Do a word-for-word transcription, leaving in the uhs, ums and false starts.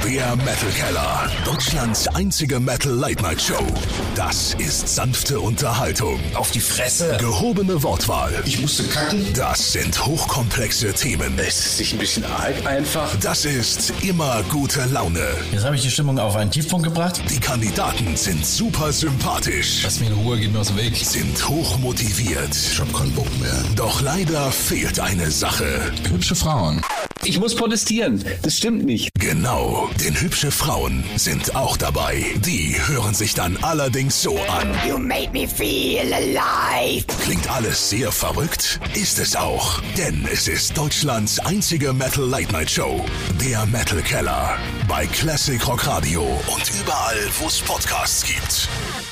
Der Metal Keller. Deutschlands einzige Metal Late Night Show. Das ist sanfte Unterhaltung. Auf die Fresse. Gehobene Wortwahl. Ich musste kacken. Das sind hochkomplexe Themen. Es ist nicht ein bisschen arg einfach. Das ist immer gute Laune. Jetzt habe ich die Stimmung auf einen Tiefpunkt gebracht. Die Kandidaten sind super sympathisch. Lass mich in Ruhe, geht mir aus dem Weg. Sind hochmotiviert. Ich hab keinen Bock mehr. Doch leider fehlt eine Sache. Hübsche Frauen. Ich muss protestieren. Das stimmt nicht. Genau, denn hübsche Frauen sind auch dabei. Die hören sich dann allerdings so an. You made me feel alive. Klingt alles sehr verrückt? Ist es auch. Denn es ist Deutschlands einzige Metal Late Night Show. Der Metal Keller. Bei Classic Rock Radio und überall, wo es Podcasts gibt.